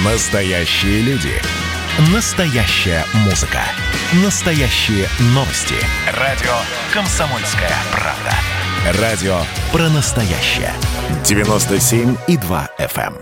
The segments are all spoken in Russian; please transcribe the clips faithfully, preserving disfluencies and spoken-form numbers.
Настоящие люди. Настоящая музыка. Настоящие новости. Радио «Комсомольская правда». Радио про настоящее. девяносто семь и два эф эм.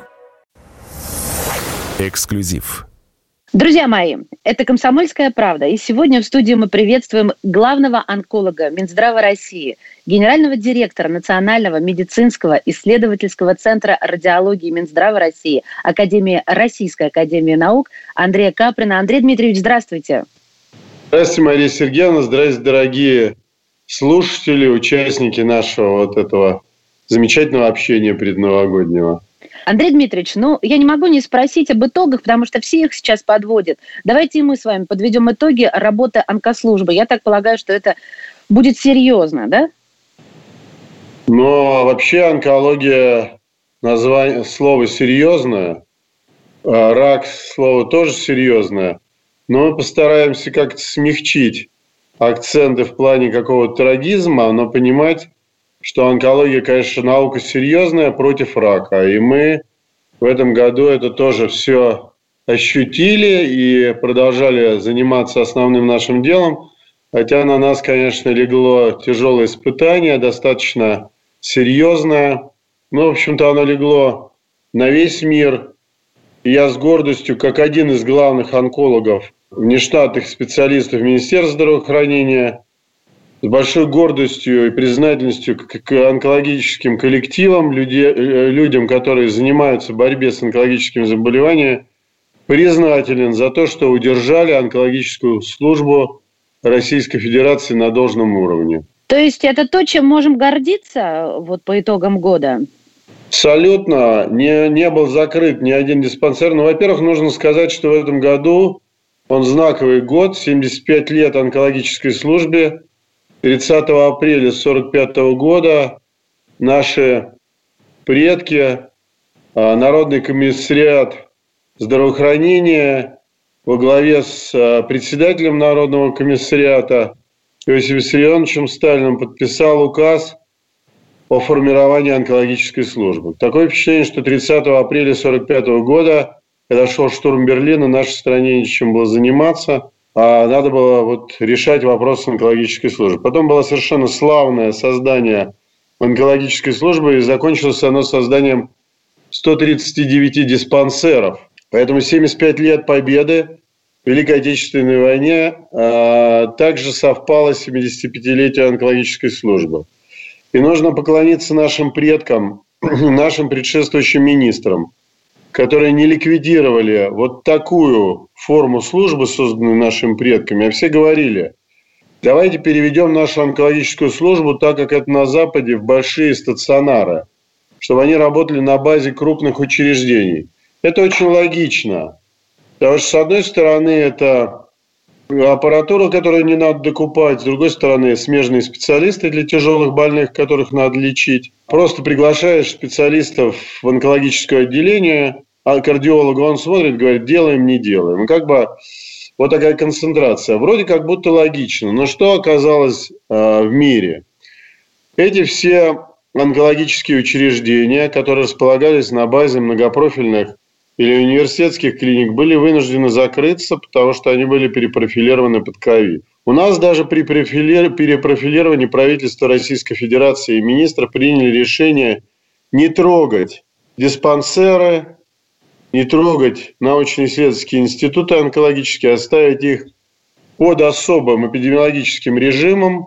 Эксклюзив. Друзья мои, это «Комсомольская правда». И сегодня в студии мы приветствуем главного онколога Минздрава России, генерального директора Национального медицинского исследовательского центра радиологии Минздрава России, Академии Российской академии наук Андрея Каприна. Андрей Дмитриевич, здравствуйте. Здравствуйте, Мария Сергеевна. Здравствуйте, дорогие слушатели, участники нашего вот этого замечательного общения предновогоднего. Андрей Дмитриевич, ну, я не могу не спросить об итогах, потому что все их сейчас подводят. Давайте и мы с вами подведем итоги работы онкослужбы. Я так полагаю, что это будет серьезно, да? Но вообще онкология, название, слово серьезное, рак слово тоже серьезное, но мы постараемся как-то смягчить акценты в плане какого-то трагизма, но понимать, что онкология, конечно, наука серьезная против рака. И мы в этом году это тоже все ощутили и продолжали заниматься основным нашим делом. Хотя на нас, конечно, легло тяжелое испытание, достаточно серьезное. Но, в общем-то, оно легло на весь мир. И я с гордостью, как один из главных онкологов, внештатных специалистов Министерства здравоохранения, с большой гордостью и признательностью к онкологическим коллективам, людям, которые занимаются борьбой с онкологическими заболеваниями, признателен за то, что удержали онкологическую службу Российской Федерации на должном уровне. То есть это то, чем можем гордиться вот по итогам года? Абсолютно. Не, не был закрыт ни один диспансер. Но, во-первых, нужно сказать, что в этом году он знаковый год, семьдесят пять лет онкологической службе. тридцатого апреля сорок пятого года наши предки, Народный комиссариат здравоохранения во главе с председателем Народного комиссариата Иосифом Виссарионовичем Сталиным подписал указ о формировании онкологической службы. Такое впечатление, что тридцатого апреля сорок пятого года, когда шел штурм Берлина, нашей стране нечем было заниматься. А надо было вот решать вопрос онкологической службы. Потом было совершенно славное создание онкологической службы, и закончилось оно созданием ста тридцати девяти диспансеров. Поэтому семьдесят пять лет победы в Великой Отечественной войне а, также совпало с семидесятипятилетием онкологической службы. И нужно поклониться нашим предкам, нашим предшествующим министрам, которые не ликвидировали вот такую форму службы, созданную нашими предками. А все говорили, давайте переведем нашу онкологическую службу так, как это на Западе, в большие стационары, чтобы они работали на базе крупных учреждений. Это очень логично. Потому что, с одной стороны, это аппаратура, которую не надо докупать, с другой стороны, смежные специалисты для тяжелых больных, которых надо лечить. Просто приглашаешь специалистов в онкологическое отделение, а кардиолога он смотрит, говорит, делаем, не делаем. И как бы вот такая концентрация. Вроде как будто логично. Но что оказалось э, в мире? Эти все онкологические учреждения, которые располагались на базе многопрофильных или университетских клиник, были вынуждены закрыться, потому что они были перепрофилированы под ковид. У нас даже при перепрофилировании правительства Российской Федерации и министра приняли решение не трогать диспансеры, не трогать научно-исследовательские институты онкологические, оставить их под особым эпидемиологическим режимом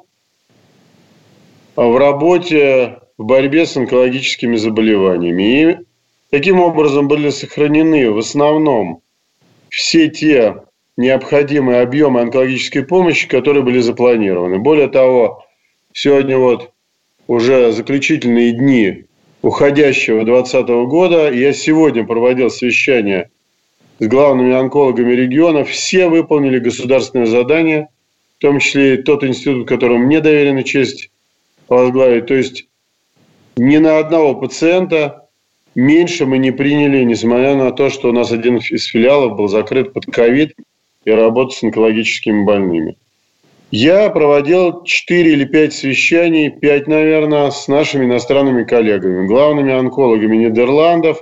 в работе в борьбе с онкологическими заболеваниями. И таким образом были сохранены в основном все те необходимые объемы онкологической помощи, которые были запланированы. Более того, сегодня вот уже заключительные дни уходящего двадцатого года, я сегодня проводил совещание с главными онкологами регионов, все выполнили государственное задание, в том числе и тот институт, которому мне доверена честь возглавить. То есть ни на одного пациента меньше мы не приняли, несмотря на то, что у нас один из филиалов был закрыт под ковид и работал с онкологическими больными. Я проводил четыре или пять совещаний, пять, наверное, с нашими иностранными коллегами, главными онкологами Нидерландов,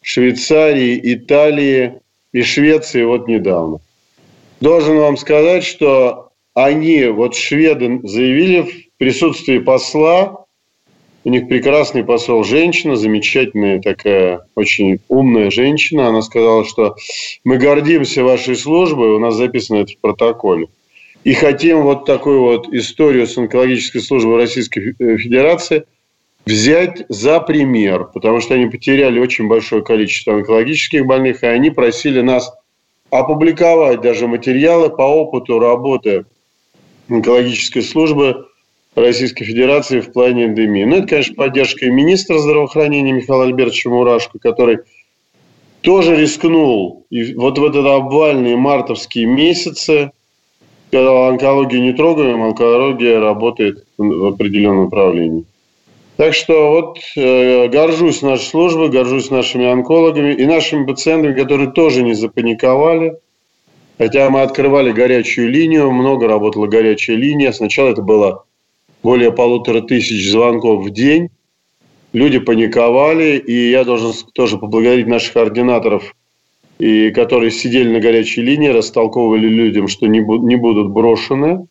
Швейцарии, Италии и Швеции вот недавно. Должен вам сказать, что они, вот шведы, заявили в присутствии посла, у них прекрасный посол, женщина, замечательная такая, очень умная женщина. Она сказала, что мы гордимся вашей службой, у нас записано это в протоколе. И хотим вот такую вот историю с онкологической службой Российской Федерации взять за пример, потому что они потеряли очень большое количество онкологических больных, и они просили нас опубликовать даже материалы по опыту работы онкологической службы Российской Федерации в плане эндемии. Ну, это, конечно, поддержка и министра здравоохранения Михаила Альбертовича Мурашко, который тоже рискнул. И вот в этот обвальные мартовские месяцы, когда онкологию не трогаем, онкология работает в определенном направлении. Так что вот э, горжусь нашей службой, горжусь нашими онкологами и нашими пациентами, которые тоже не запаниковали. Хотя мы открывали горячую линию, много работала горячая линия. Сначала это было более полутора тысяч звонков в день. Люди паниковали, и я должен тоже поблагодарить наших координаторов, и которые сидели на горячей линии, растолковывали людям, что не, бу- не будут брошены.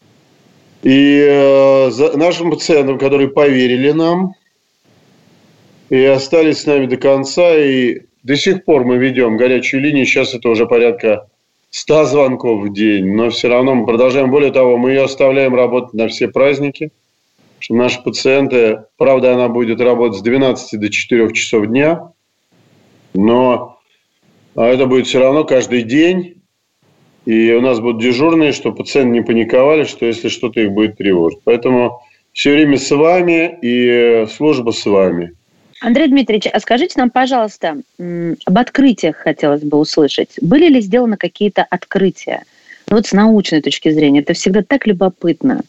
И э, за нашим пациентам, которые поверили нам и остались с нами до конца, и до сих пор мы ведем горячую линию, сейчас это уже порядка ста звонков в день, но все равно мы продолжаем. Более того, мы ее оставляем работать на все праздники, что наши пациенты, правда, она будет работать с двенадцати до четырёх часов дня, но это будет все равно каждый день. И у нас будут дежурные, чтобы пациенты не паниковали, что если что-то их будет тревожить. Поэтому все время с вами и служба с вами. Андрей Дмитриевич, а скажите нам, пожалуйста, об открытиях хотелось бы услышать. Были ли сделаны какие-то открытия? Ну, вот с научной точки зрения. Это всегда так любопытно.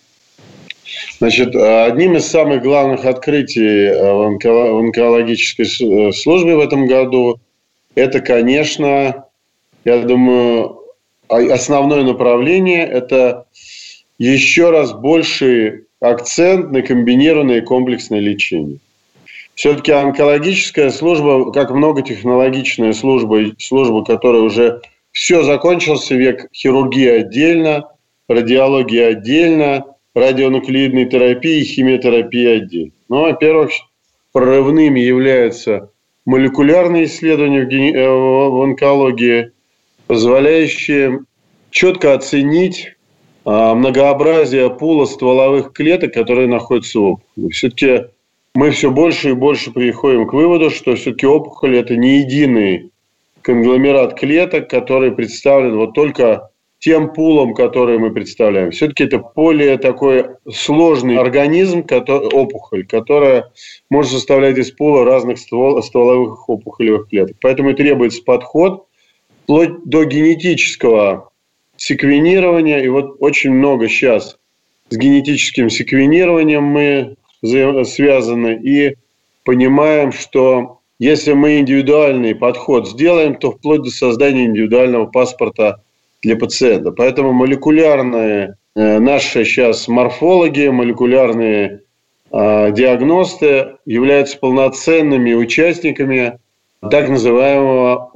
Значит, одним из самых главных открытий в онкологической службе в этом году, это, конечно, я думаю, основное направление – это еще раз больший акцент на комбинированное комплексное лечение. Все-таки онкологическая служба, как многотехнологичная служба, служба, которая уже все, закончился век хирургии отдельно, радиологии отдельно, радионуклеидной терапии и химиотерапии отдельно. Ну, во-первых, прорывными являются молекулярные исследования в, гене... в онкологии, позволяющие четко оценить а, многообразие пула стволовых клеток, которые находятся в опухоли. Все-таки мы все больше и больше приходим к выводу, что все-таки опухоль – это не единый конгломерат клеток, который представлен вот только тем пулом, который мы представляем. Все-таки это более такой сложный организм, который, опухоль, которая может составлять из пула разных ствол, стволовых опухолевых клеток. Поэтому и требуется подход вплоть до генетического секвенирования. И вот очень много сейчас с генетическим секвенированием мы связаны и понимаем, что если мы индивидуальный подход сделаем, то вплоть до создания индивидуального паспорта для пациента. Поэтому молекулярные э, наши сейчас морфологи, молекулярные э, диагносты являются полноценными участниками так называемого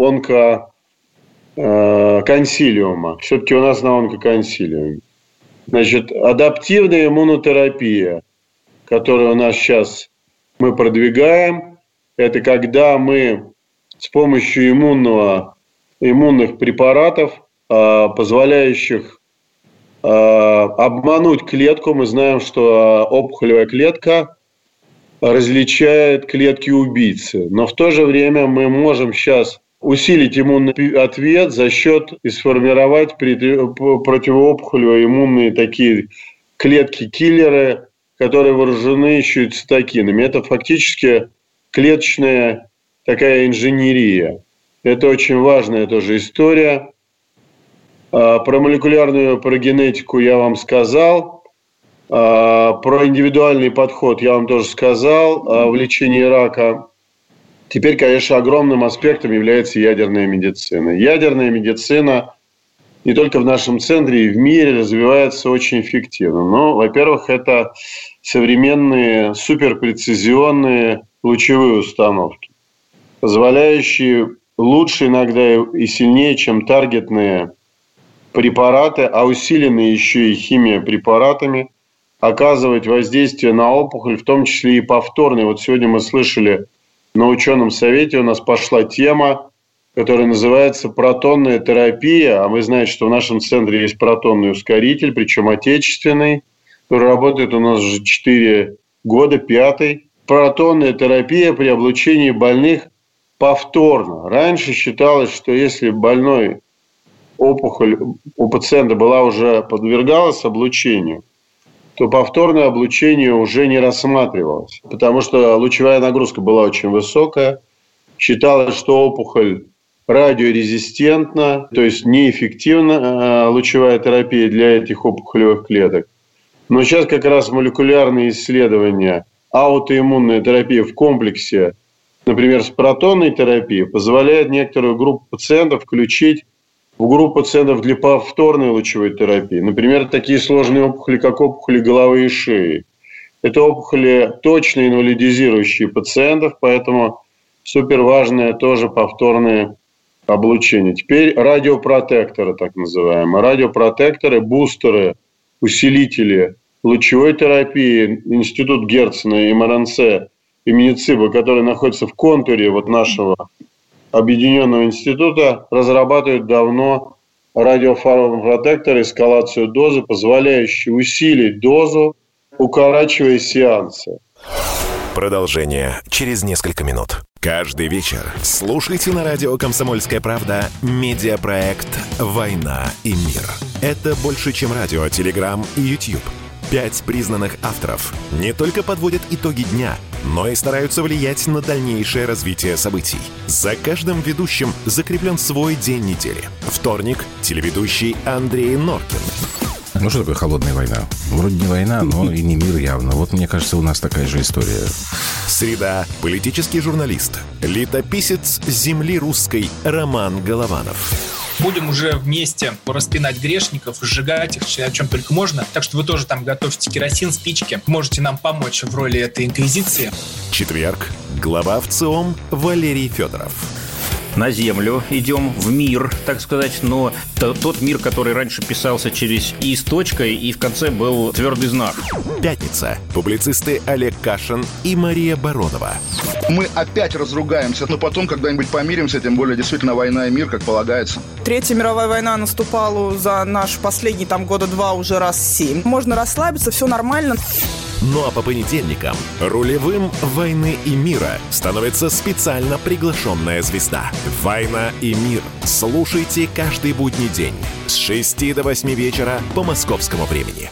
онкоконсилиума. Все-таки у нас на онкоконсилиуме. Значит, адаптивная иммунотерапия, которую у нас сейчас мы продвигаем, это когда мы с помощью иммунного, иммунных препаратов, позволяющих обмануть клетку. Мы знаем, что опухолевая клетка различает клетки-убийцы. Но в то же время мы можем сейчас усилить иммунный ответ за счет и сформировать противоопухолевые иммунные такие клетки-киллеры, которые вооружены еще и цитокинами. Это фактически клеточная такая инженерия. Это очень важная тоже история. Про молекулярную прогенетику я вам сказал. Про индивидуальный подход я вам тоже сказал в лечении рака. Теперь, конечно, огромным аспектом является ядерная медицина. Ядерная медицина не только в нашем центре, и в мире развивается очень эффективно. Но, во-первых, это современные суперпрецизионные лучевые установки. позволяющие лучше иногда и сильнее, чем таргетные препараты, а усиленные еще и химия препаратами, оказывать воздействие на опухоль, в том числе и повторные. Вот сегодня мы слышали на ученом совете, у нас пошла тема, которая называется протонная терапия. А вы знаете, что в нашем центре есть протонный ускоритель, причем отечественный, который работает у нас уже четыре года, пятый. Протонная терапия при облучении больных повторно. Раньше считалось, что если больной опухоль у пациента была уже подвергалась облучению, то повторное облучение уже не рассматривалось, потому что лучевая нагрузка была очень высокая. Считалось, что опухоль радиорезистентна, то есть неэффективна лучевая терапия для этих опухолевых клеток. Но сейчас как раз молекулярные исследования, аутоиммунная терапия в комплексе, например, с протонной терапией, позволяет некоторую группу пациентов включить в группу пациентов для повторной лучевой терапии. Например, такие сложные опухоли, как опухоли головы и шеи. Это опухоли, точно инвалидизирующие пациентов, поэтому супер важное тоже повторное облучение. Теперь радиопротекторы, так называемые. Радиопротекторы, бустеры, усилители лучевой терапии. Институт Герцена, эм эр эн цэ имени Циба, который находится в контуре вот нашего Объединенного института, разрабатывают давно радиофармапротекторы, эскалацию дозы, позволяющие усилить дозу, укорачивая сеансы. Продолжение через несколько минут. Каждый вечер слушайте на радио «Комсомольская правда» медиапроект «Война и мир». Это больше, чем радио, телеграм и YouTube. Пять признанных авторов не только подводят итоги дня, но и стараются влиять на дальнейшее развитие событий. За каждым ведущим закреплен свой день недели. Вторник – телеведущий Андрей Норкин. Ну, что такое холодная война? Вроде не война, но и не мир явно. Вот, мне кажется, у нас такая же история. Среда – политический журналист, летописец земли русской Роман Голованов. Будем уже вместе распинать грешников, сжигать их, о чем только можно. Так что вы тоже там готовьте керосин, спички. Можете нам помочь в роли этой инквизиции. Четверг. Глава ВЦИОМ Валерий Федоров. На землю идем, в мир, так сказать, но тот мир, который раньше писался через «и» с точкой, и в конце был твердый знак. Пятница. Публицисты Олег Кашин и Мария Баронова. Мы опять разругаемся, но потом когда-нибудь помиримся, тем более действительно война и мир, как полагается. Третья мировая война наступала за наш последний там года два уже раз семь. Можно расслабиться, все нормально. Ну а по понедельникам рулевым «Войны и мира» становится специально приглашенная звезда. «Война и мир». Слушайте каждый будний день с шести до восьми вечера по московскому времени.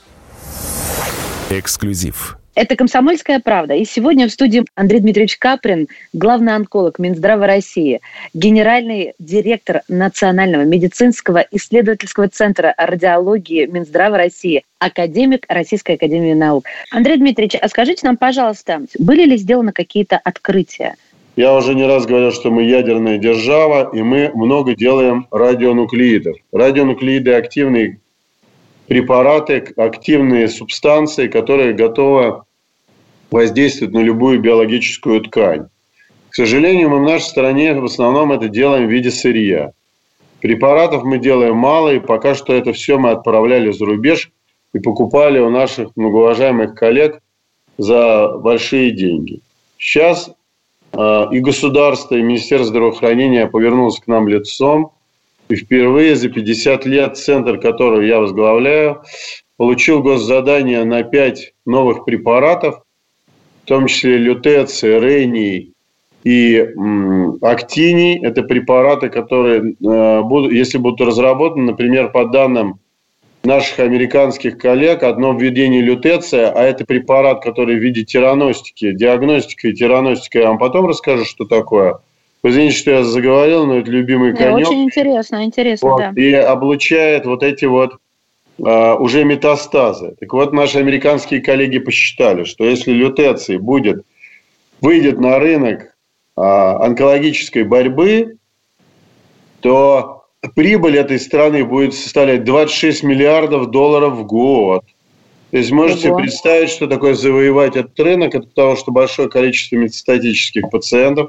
Эксклюзив. Это «Комсомольская правда». И сегодня в студии Андрей Дмитриевич Каприн, главный онколог Минздрава России, генеральный директор Национального медицинского исследовательского центра радиологии Минздрава России, академик Российской академии наук. Андрей Дмитриевич, а скажите нам, пожалуйста, были ли сделаны какие-то открытия? Я уже не раз говорил, что мы ядерная держава, и мы много делаем радионуклеидов. Радионуклеиды – активные препараты, активные субстанции, которые готовы воздействовать на любую биологическую ткань. К сожалению, мы в нашей стране в основном это делаем в виде сырья. Препаратов мы делаем мало, и пока что это все мы отправляли за рубеж и покупали у наших многоуважаемых коллег за большие деньги. Сейчас э, и государство, и Министерство здравоохранения повернулось к нам лицом. И впервые за пятьдесят лет центр, который я возглавляю, получил госзадание на пять новых препаратов, в том числе лютеций, рений и м, актиний. Это препараты, которые, э, будут, если будут разработаны, например, по данным наших американских коллег, одно введение лютеция, а это препарат, который в виде тираностики, диагностика и тираностика, я вам потом расскажу, что такое. Вы извините, что я заговорил, но это любимый конек. Очень интересно, интересно, вот, да. И облучает вот эти вот а, уже метастазы. Так вот, наши американские коллеги посчитали, что если лютеций будет, выйдет на рынок а, онкологической борьбы, то прибыль этой страны будет составлять двадцать шесть миллиардов долларов в год. То есть можете Ого. представить, что такое завоевать этот рынок. Это потому, что большое количество метастатических пациентов,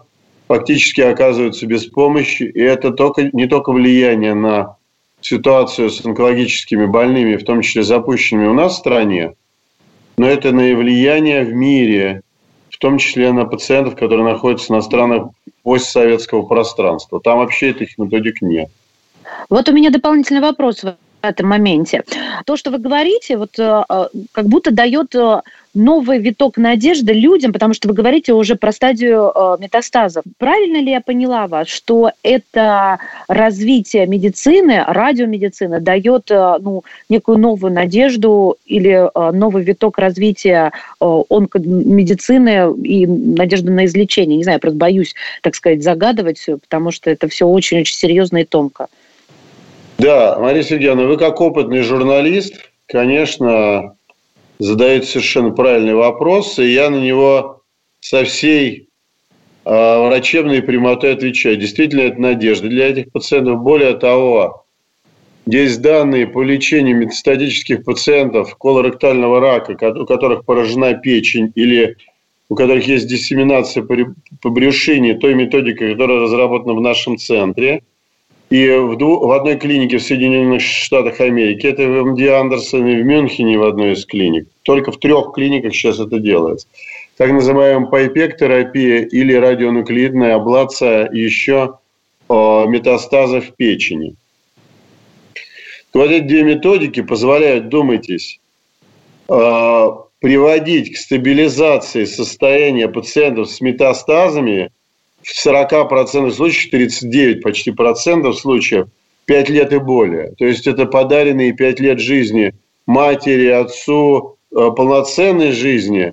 фактически оказываются без помощи. И это только, не только влияние на ситуацию с онкологическими больными, в том числе запущенными у нас в стране, но это и влияние в мире, в том числе на пациентов, которые находятся на странах постсоветского пространства. Там вообще этих методик нет. Вот у меня дополнительный вопрос в этом моменте. То, что вы говорите, вот как будто дает новый виток надежды людям, потому что вы говорите уже про стадию метастазов. Правильно ли я поняла вас, что это развитие медицины, радиомедицины дает ну, некую новую надежду или новый виток развития онкомедицины и надежду на излечение? Не знаю, я просто боюсь, так сказать, загадывать все, потому что это все очень-очень серьезно и тонко. Да, Мария Сергеевна, вы как опытный журналист, конечно, задаете совершенно правильный вопрос, и я на него со всей э, врачебной прямотой отвечаю. Действительно, это надежда для этих пациентов. Более того, есть данные по лечению метастатических пациентов колоректального рака, у которых поражена печень или у которых есть диссеминация по брюшине той методикой, которая разработана в нашем центре. И в, дву, в одной клинике в Соединенных Штатах Америки, это в эм ди Андерсон и в Мюнхене в одной из клиник. Только в трех клиниках сейчас это делается. Так называемая пайпек-терапия или радионуклеидная аблация еще о, метастазов в печени. Вот эти две методики позволяют, думайтесь, э, приводить к стабилизации состояния пациентов с метастазами в сорок процентов случаев, тридцать девять почти процентов случаев, пять лет и более. То есть это подаренные пять лет жизни матери, отцу, полноценной жизни,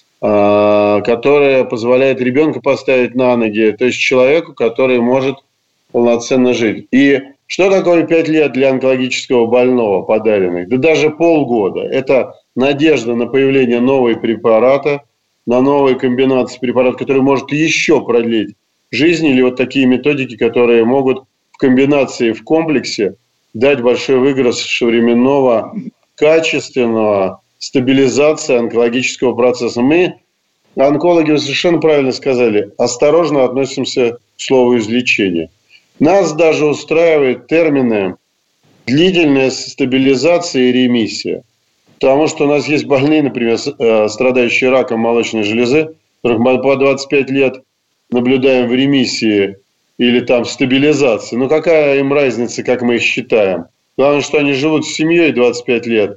которая позволяет ребенка поставить на ноги, то есть человеку, который может полноценно жить. И что такое пять лет для онкологического больного подаренных? Да даже полгода. Это надежда на появление нового препарата, на новые комбинации препаратов, которые может еще продлить жизнь, или вот такие методики, которые могут в комбинации, в комплексе дать большой выигрыш временного, качественного стабилизации онкологического процесса. Мы, онкологи, вы совершенно правильно сказали, осторожно относимся к слову излечение. Нас даже устраивают термины длительная стабилизация и ремиссия. Потому что у нас есть больные, например, страдающие раком молочной железы, которых мы по двадцать пять лет наблюдаем в ремиссии или там в стабилизации. Ну, какая им разница, как мы их считаем? Главное, что они живут с семьей двадцать пять лет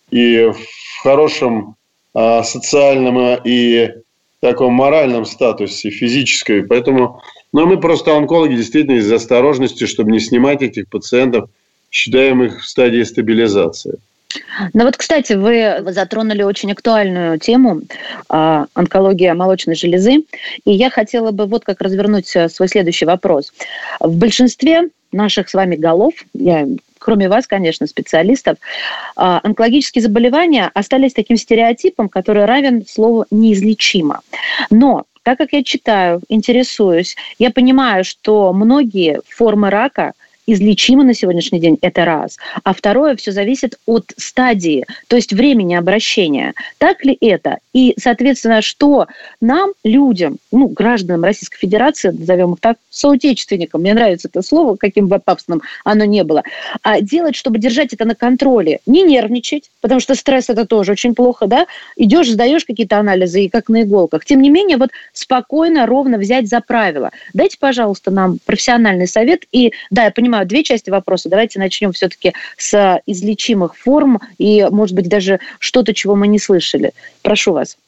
и в хорошем а, социальном и таком моральном статусе, физической. Поэтому ну, мы просто онкологи действительно из осторожности, чтобы не снимать этих пациентов, считаем их в стадии стабилизации. Ну вот, кстати, вы затронули очень актуальную тему э, онкология молочной железы, и я хотела бы вот как развернуть свой следующий вопрос. В большинстве наших с вами голов, я, кроме вас, конечно, специалистов, э, онкологические заболевания остались таким стереотипом, который равен слову «неизлечимо». Но так как я читаю, интересуюсь, я понимаю, что многие формы рака излечимо на сегодняшний день, это раз. А второе, все зависит от стадии, то есть времени обращения. Так ли это? И, соответственно, что нам, людям, ну, гражданам Российской Федерации, назовем их так, соотечественникам, мне нравится это слово, каким бы пафосным оно ни было, а делать, чтобы держать это на контроле, не нервничать, потому что стресс это тоже очень плохо, да? Идешь, сдаешь какие-то анализы, и как на иголках. Тем не менее, вот спокойно, ровно взять за правило. Дайте, пожалуйста, нам профессиональный совет. И, да, я понимаю, две части вопроса. Давайте начнем все-таки с излечимых форм и, может быть, даже что-то, чего мы не слышали. Прошу вас.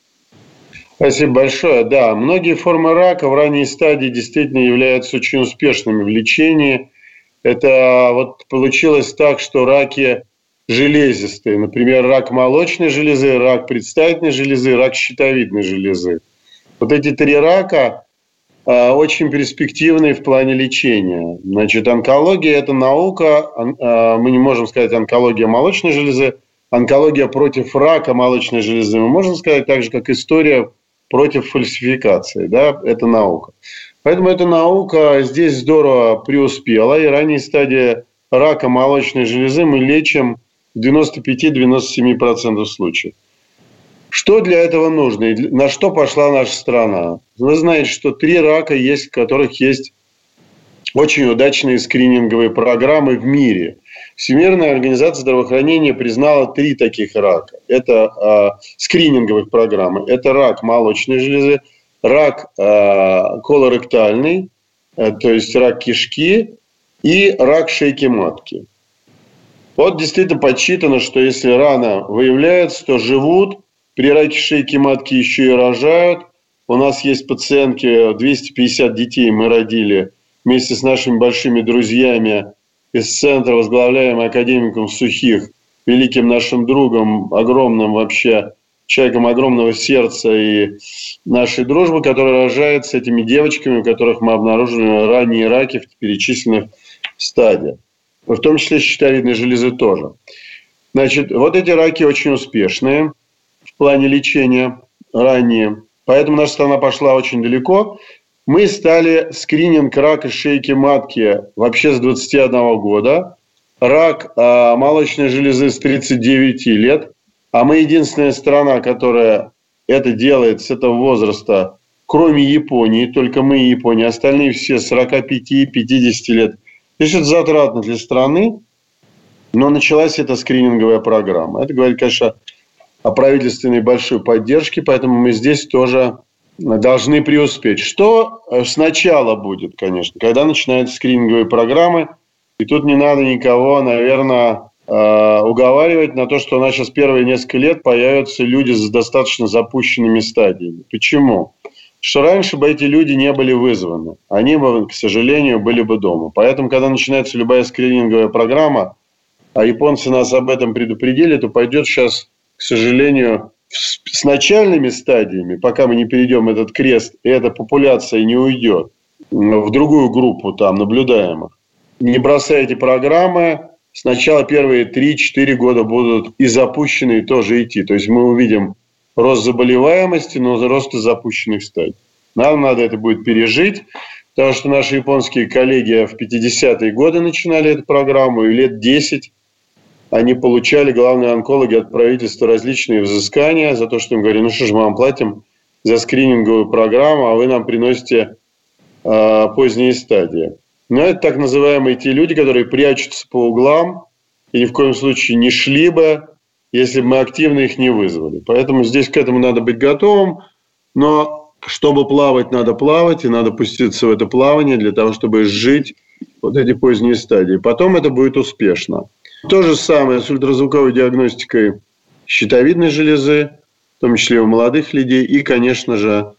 Спасибо большое. Да, многие формы рака в ранней стадии действительно являются очень успешными в лечении. Это вот получилось так, что раки железистые, например, рак молочной железы, рак предстательной железы, рак щитовидной железы. Вот эти три рака очень перспективные в плане лечения. Значит, онкология – это наука, мы не можем сказать онкология молочной железы, онкология против рака молочной железы. Мы можем сказать так же, как история против фальсификации. Да? Это наука. Поэтому эта наука здесь здорово преуспела, и ранней стадии рака молочной железы мы лечим в девяносто пять - девяносто семь процентов случаев. Что для этого нужно и на что пошла наша страна? Вы знаете, что три рака есть, в которых есть очень удачные скрининговые программы в мире. Всемирная организация здравоохранения признала три таких рака. Это э, скрининговых программы. Это рак молочной железы, рак э, колоректальный, э, то есть рак кишки, и рак шейки матки. Вот действительно подсчитано, что если рано выявляется, то живут. При раке шейки матки еще и рожают. У нас есть пациентки, двести пятьдесят детей мы родили вместе с нашими большими друзьями из центра, возглавляемым академиком Сухих, великим нашим другом, огромным вообще человеком огромного сердца и нашей дружбы, который рожает с этими девочками, у которых мы обнаружили ранние раки в перечисленных стадиях. В том числе щитовидной железы тоже. Значит, вот эти раки очень успешные в плане лечения ранние. Поэтому наша страна пошла очень далеко. Мы стали скрининг рака шейки матки вообще с двадцати одного года. Рак э, молочной железы с тридцати девяти лет. А мы единственная страна, которая это делает с этого возраста, кроме Японии, только мы и Япония. Остальные все с сорока пяти - пятидесяти лет. То есть это затратно для страны, но началась эта скрининговая программа. Это говорит, конечно, о правительственной большой поддержке, поэтому мы здесь тоже должны преуспеть. Что сначала будет, конечно, когда начинаются скрининговые программы, и тут не надо никого, наверное, уговаривать на то, что у нас сейчас первые несколько лет появятся люди с достаточно запущенными стадиями. Почему? Что раньше бы эти люди не были вызваны. Они бы, к сожалению, были бы дома. Поэтому, когда начинается любая скрининговая программа, а японцы нас об этом предупредили, то пойдет сейчас, к сожалению, с начальными стадиями, пока мы не перейдем этот крест, и эта популяция не уйдет в другую группу там наблюдаемых. Не бросайте программы. Сначала первые три-четыре года будут и запущенные тоже идти. То есть мы увидим рост заболеваемости, но рост и запущенных стадий. Нам надо это будет пережить, потому что наши японские коллеги в пятидесятые годы начинали эту программу, и лет десять они получали, главные онкологи, от правительства различные взыскания за то, что им говорили, ну что ж, мы вам платим за скрининговую программу, а вы нам приносите э, поздние стадии. Но это так называемые те люди, которые прячутся по углам и ни в коем случае не шли бы, если бы мы активно их не вызвали. Поэтому здесь к этому надо быть готовым. Но чтобы плавать, надо плавать, и надо пуститься в это плавание для того, чтобы жить вот эти поздние стадии. Потом это будет успешно. То же самое с ультразвуковой диагностикой щитовидной железы, в том числе у молодых людей. И, конечно же,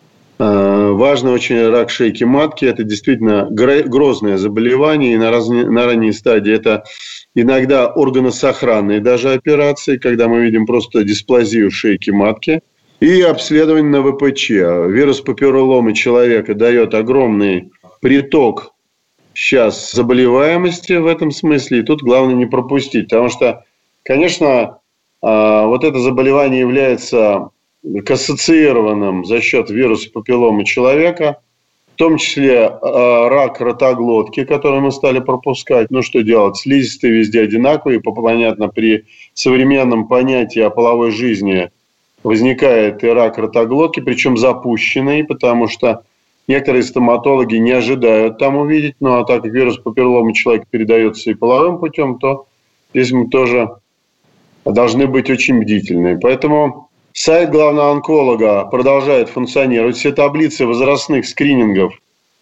важно очень рак шейки матки. Это действительно грозное заболевание. И на, разные, на ранней стадии это иногда органосохранные даже операции, когда мы видим просто дисплазию шейки матки. И обследование на вэ пэ че. Вирус папилломы человека дает огромный приток сейчас заболеваемости в этом смысле. И тут главное не пропустить. Потому что, конечно, вот это заболевание является к ассоциированным за счет вируса папилломы человека, в том числе э, рак ротоглотки, который мы стали пропускать. Ну, что делать? Слизистые везде одинаковые. Понятно, при современном понятии о половой жизни возникает и рак ротоглотки, причем запущенный, потому что некоторые стоматологи не ожидают там увидеть. Ну, а так как вирус папилломы человека передается и половым путем, то здесь мы тоже должны быть очень бдительны. Поэтому сайт главного онколога продолжает функционировать. Все таблицы возрастных скринингов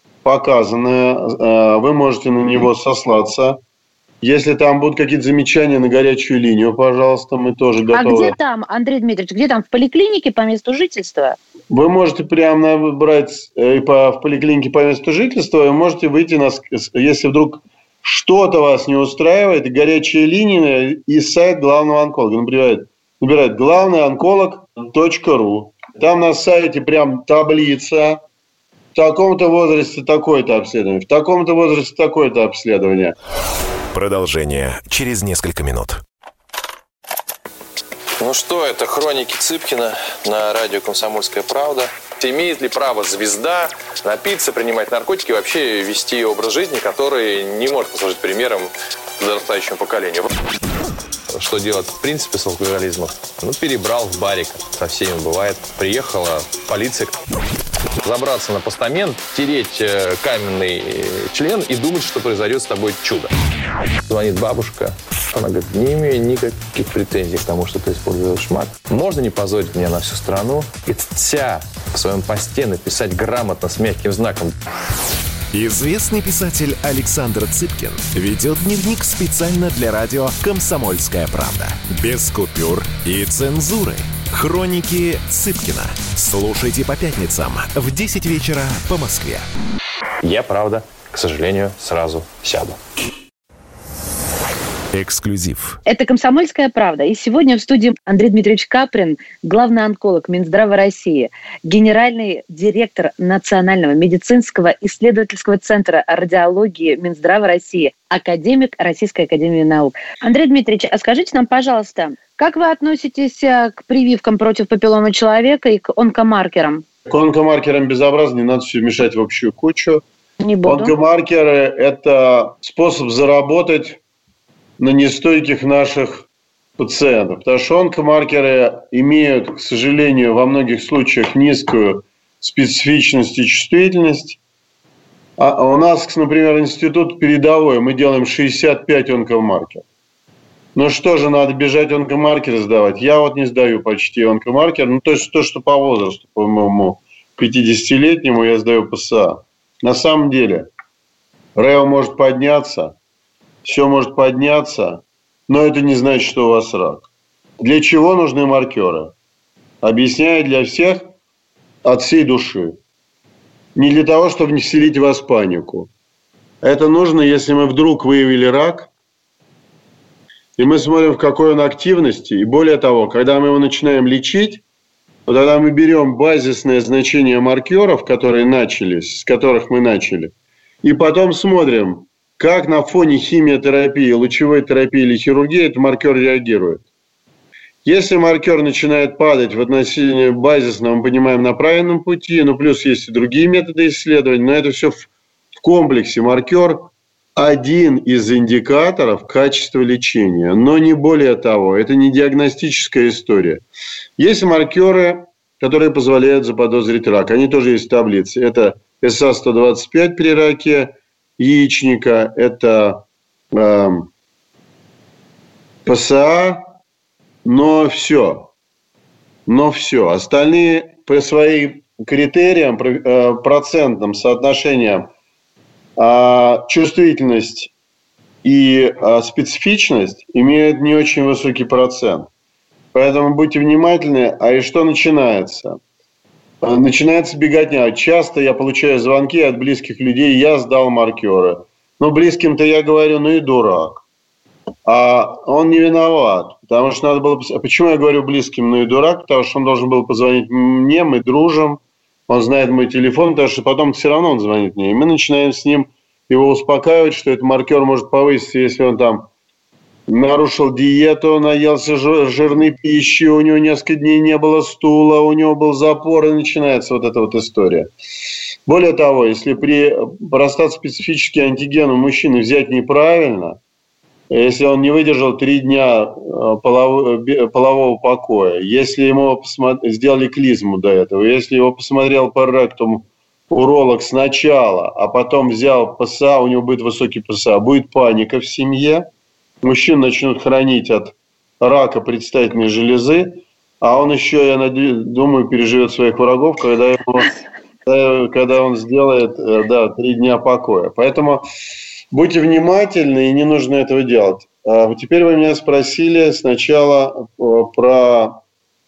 показаны. Вы можете на него сослаться. Если там будут какие-то замечания на горячую линию, пожалуйста, мы тоже готовы. А где там, Андрей Дмитриевич, где там? В поликлинике по месту жительства? Вы можете прямо набрать в поликлинике по месту жительства, и можете выйти, на, если вдруг что-то вас не устраивает, горячая линия и сайт главного онколога. Например, набирает главный онколог точка ру. Там на сайте прям таблица. В таком-то возрасте такое-то обследование. В таком-то возрасте такое-то обследование. Продолжение через несколько минут. Ну что, это хроники Цыпкина на радио «Комсомольская правда». Имеет ли право звезда напиться, принимать наркотики и вообще вести образ жизни, который не может послужить примером подрастающему поколению? что делать в принципе с алкоголизмом. Ну, перебрал в барик. Со всеми бывает. Приехала полиция. Забраться на постамент, тереть каменный член и думать, что произойдет с тобой чудо. Звонит бабушка. Она говорит, не имею никаких претензий к тому, что ты используешь мат. Можно не позорить меня на всю страну и вся в своем посте написать грамотно с мягким знаком. Известный писатель Александр Цыпкин ведет дневник специально для радио «Комсомольская правда». Без купюр и цензуры. Хроники Цыпкина. Слушайте по пятницам в десять вечера по Москве. Я, правда, к сожалению, сразу сяду. Эксклюзив. Это «Комсомольская правда». И сегодня в студии Андрей Дмитриевич Каприн, главный онколог Минздрава России, генеральный директор Национального медицинского исследовательского центра радиологии Минздрава России, академик Российской академии наук. Андрей Дмитриевич, а скажите нам, пожалуйста, как вы относитесь к прививкам против папилломы человека и к онкомаркерам? К онкомаркерам безобразно, не надо все мешать в общую кучу. Не буду. Онкомаркеры – это способ заработать на нестойких наших пациентов. Потому что онкомаркеры имеют, к сожалению, во многих случаях низкую специфичность и чувствительность. А у нас, например, институт передовой, мы делаем шестьдесят пять онкомаркеров. Ну что же, надо бежать онкомаркеры сдавать? Я вот не сдаю почти онкомаркер. Ну то есть то, что по возрасту, по моему пятидесятилетнему, я сдаю ПСА. На самом деле, РЭО может подняться, все может подняться, но это не значит, что у вас рак. Для чего нужны маркеры? Объясняю для всех от всей души. Не для того, чтобы не вселить в вас панику. Это нужно, если мы вдруг выявили рак, и мы смотрим, в какой он активности. И более того, когда мы его начинаем лечить, вот тогда мы берем базисное значение маркеров, которые начались, с которых мы начали, и потом смотрим, как на фоне химиотерапии, лучевой терапии или хирургии этот маркер реагирует. Если маркер начинает падать в отношении базисного, мы понимаем, на правильном пути, ну плюс есть и другие методы исследований, но это все в комплексе. Маркер – один из индикаторов качества лечения, но не более того. Это не диагностическая история. Есть маркеры, которые позволяют заподозрить рак. Они тоже есть в таблице. Это эс а сто двадцать пять при раке яичника, это э, ПСА, но все. Но все. Остальные по своим критериям, э, процентным соотношениям э, чувствительность и э, специфичность имеют не очень высокий процент. Поэтому будьте внимательны. А и что начинается? Начинается беготня. Часто я получаю звонки от близких людей, я сдал маркеры. Ну, близким-то я говорю, ну и дурак. А он не виноват. Потому что надо было... Почему я говорю близким, ну и дурак? Потому что он должен был позвонить мне, мы дружим, он знает мой телефон, потому что потом все равно он звонит мне. И мы начинаем с ним его успокаивать, что этот маркер может повыситься, если он там нарушил диету, наелся жирной пищи, у него несколько дней не было стула, у него был запор, и начинается вот эта вот история. Более того, если при простат-специфический антиген у мужчины взять неправильно, если он не выдержал три дня полового, полового покоя, если ему посмотри, сделали клизму до этого, если его посмотрел по ректуму уролог сначала, а потом взял ПСА, у него будет высокий ПСА, будет паника в семье, мужчин начнут хранить от рака предстательной железы, а он еще, я думаю, переживет своих врагов, когда, ему, когда он сделает да, три дня покоя. Поэтому будьте внимательны, и не нужно этого делать. А теперь вы меня спросили сначала про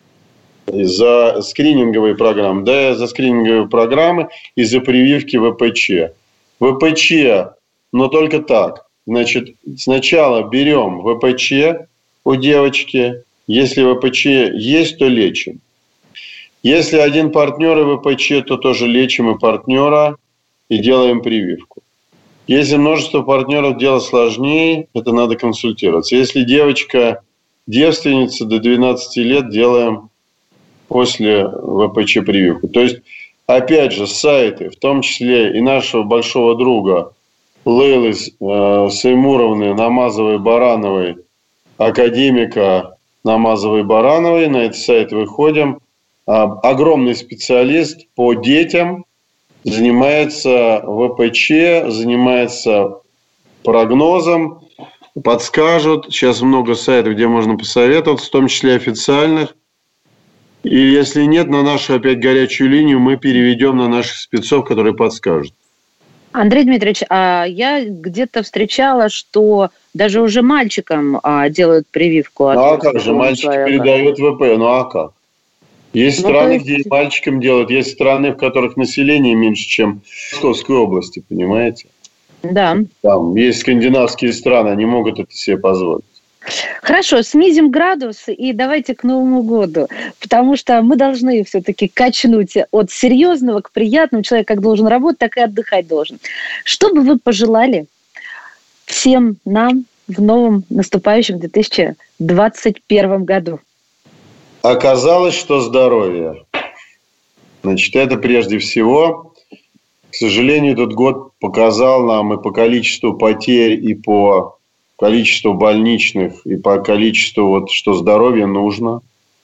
за скрининговые программы. Да, я за скрининговые программы и за прививки вэ пэ че. вэ пэ че, но только так. Значит, сначала берем вэ пэ че у девочки. Если вэ пэ че есть, то лечим. Если один партнер и вэ пэ че, то тоже лечим и партнера и делаем прививку. Если множество партнеров, дело сложнее, это надо консультироваться. Если девочка девственница до двенадцати лет, делаем после вэ пэ че прививку. То есть, опять же, сайты, в том числе и нашего большого друга Лейлы э, Саймуровны, Намазовой, Барановой, академика Намазовой-Барановой. На этот сайт выходим. Огромный специалист по детям, занимается вэ пэ че, занимается прогнозом, подскажут. Сейчас много сайтов, где можно посоветоваться, в том числе официальных. И если нет, на нашу опять горячую линию мы переведем на наших спецов, которые подскажут. Андрей Дмитриевич, а я где-то встречала, что даже уже мальчикам а, делают прививку. От ну а как же, мальчики передают вэ пэ, ну а как? Есть ну, страны, есть... где и мальчикам делают, есть страны, в которых население меньше, чем в Московской области, понимаете? Да. Там есть скандинавские страны, они могут это себе позволить. Хорошо, снизим градус и давайте к Новому году, потому что мы должны все-таки качнуть от серьезного к приятному. Человек как должен работать, так и отдыхать должен. Что бы вы пожелали всем нам в новом наступающем две тысячи двадцать первом году? Оказалось, что здоровье. Значит, это прежде всего. К сожалению, этот год показал нам и по количеству потерь, и по количеству больничных, и по количеству, вот, что здоровье нужно.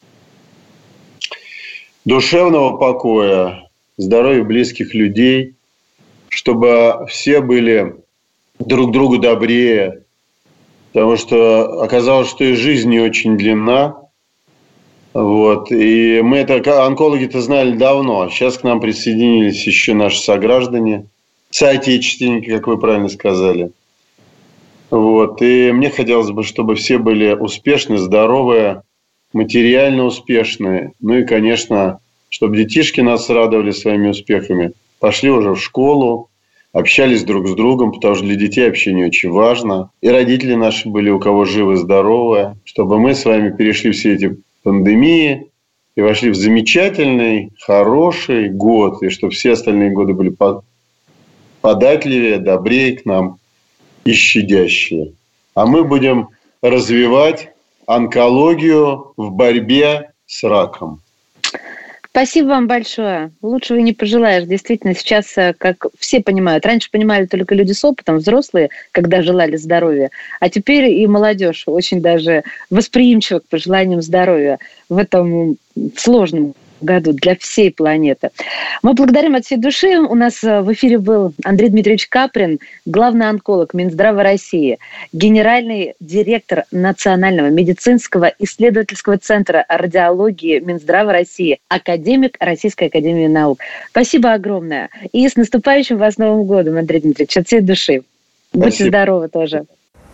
Душевного покоя, здоровья близких людей, чтобы все были друг другу добрее, потому что оказалось, что и жизнь не очень длинна. Вот. И мы это, онкологи-то знали давно. Сейчас к нам присоединились еще наши сограждане, соотечественники, как вы правильно сказали. Вот. И мне хотелось бы, чтобы все были успешны, здоровые, материально успешные. Ну и, конечно, чтобы детишки нас радовали своими успехами. Пошли уже в школу, общались друг с другом, потому что для детей общение очень важно. И родители наши были, у кого живы, здоровые. Чтобы мы с вами перешли все эти пандемии и вошли в замечательный, хороший год. И чтобы все остальные годы были податливее, добрее к нам и щадящие. А мы будем развивать онкологию в борьбе с раком. Спасибо вам большое. Лучшего не пожелаешь. Действительно, сейчас, как все понимают, раньше понимали только люди с опытом, взрослые, когда желали здоровья, а теперь и молодежь очень даже восприимчива к пожеланиям здоровья в этом сложном году для всей планеты. Мы благодарим от всей души. У нас в эфире был Андрей Дмитриевич Каприн, главный онколог Минздрава России, генеральный директор Национального медицинского исследовательского центра радиологии Минздрава России, академик Российской академии наук. Спасибо огромное. И с наступающим вас Новым годом, Андрей Дмитриевич, от всей души. Будьте Спасибо. Здоровы тоже.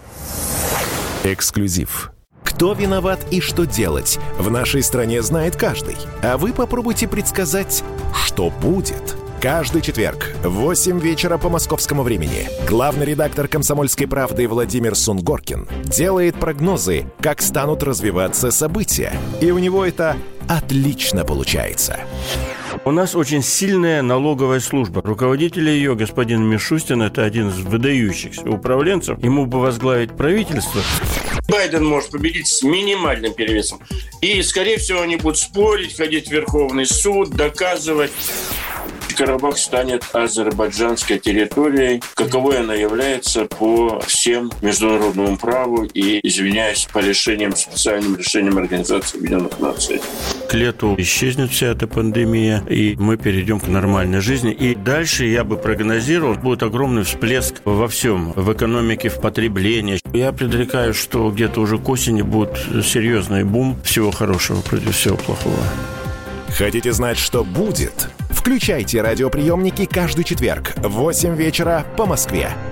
Эксклюзив. Кто виноват и что делать, в нашей стране знает каждый. А вы попробуйте предсказать, что будет. Каждый четверг в восемь вечера по московскому времени главный редактор «Комсомольской правды» Владимир Сунгоркин делает прогнозы, как станут развиваться события. И у него это отлично получается. У нас очень сильная налоговая служба. Руководитель ее, господин Мишустин, это один из выдающихся управленцев. Ему бы возглавить правительство. Байден может победить с минимальным перевесом. И, скорее всего, они будут спорить, ходить в Верховный суд, доказывать. Карабах станет азербайджанской территорией, каковой она является по всем международному праву и, извиняюсь, по решениям, специальным решениям Организации Объединенных Наций. К лету исчезнет вся эта пандемия, и мы перейдем к нормальной жизни. И дальше, я бы прогнозировал, будет огромный всплеск во всем, в экономике, в потреблении. Я предрекаю, что где-то уже к осени будет серьезный бум. Всего хорошего против всего плохого. Хотите знать, что будет? Включайте радиоприемники каждый четверг в восемь вечера по Москве.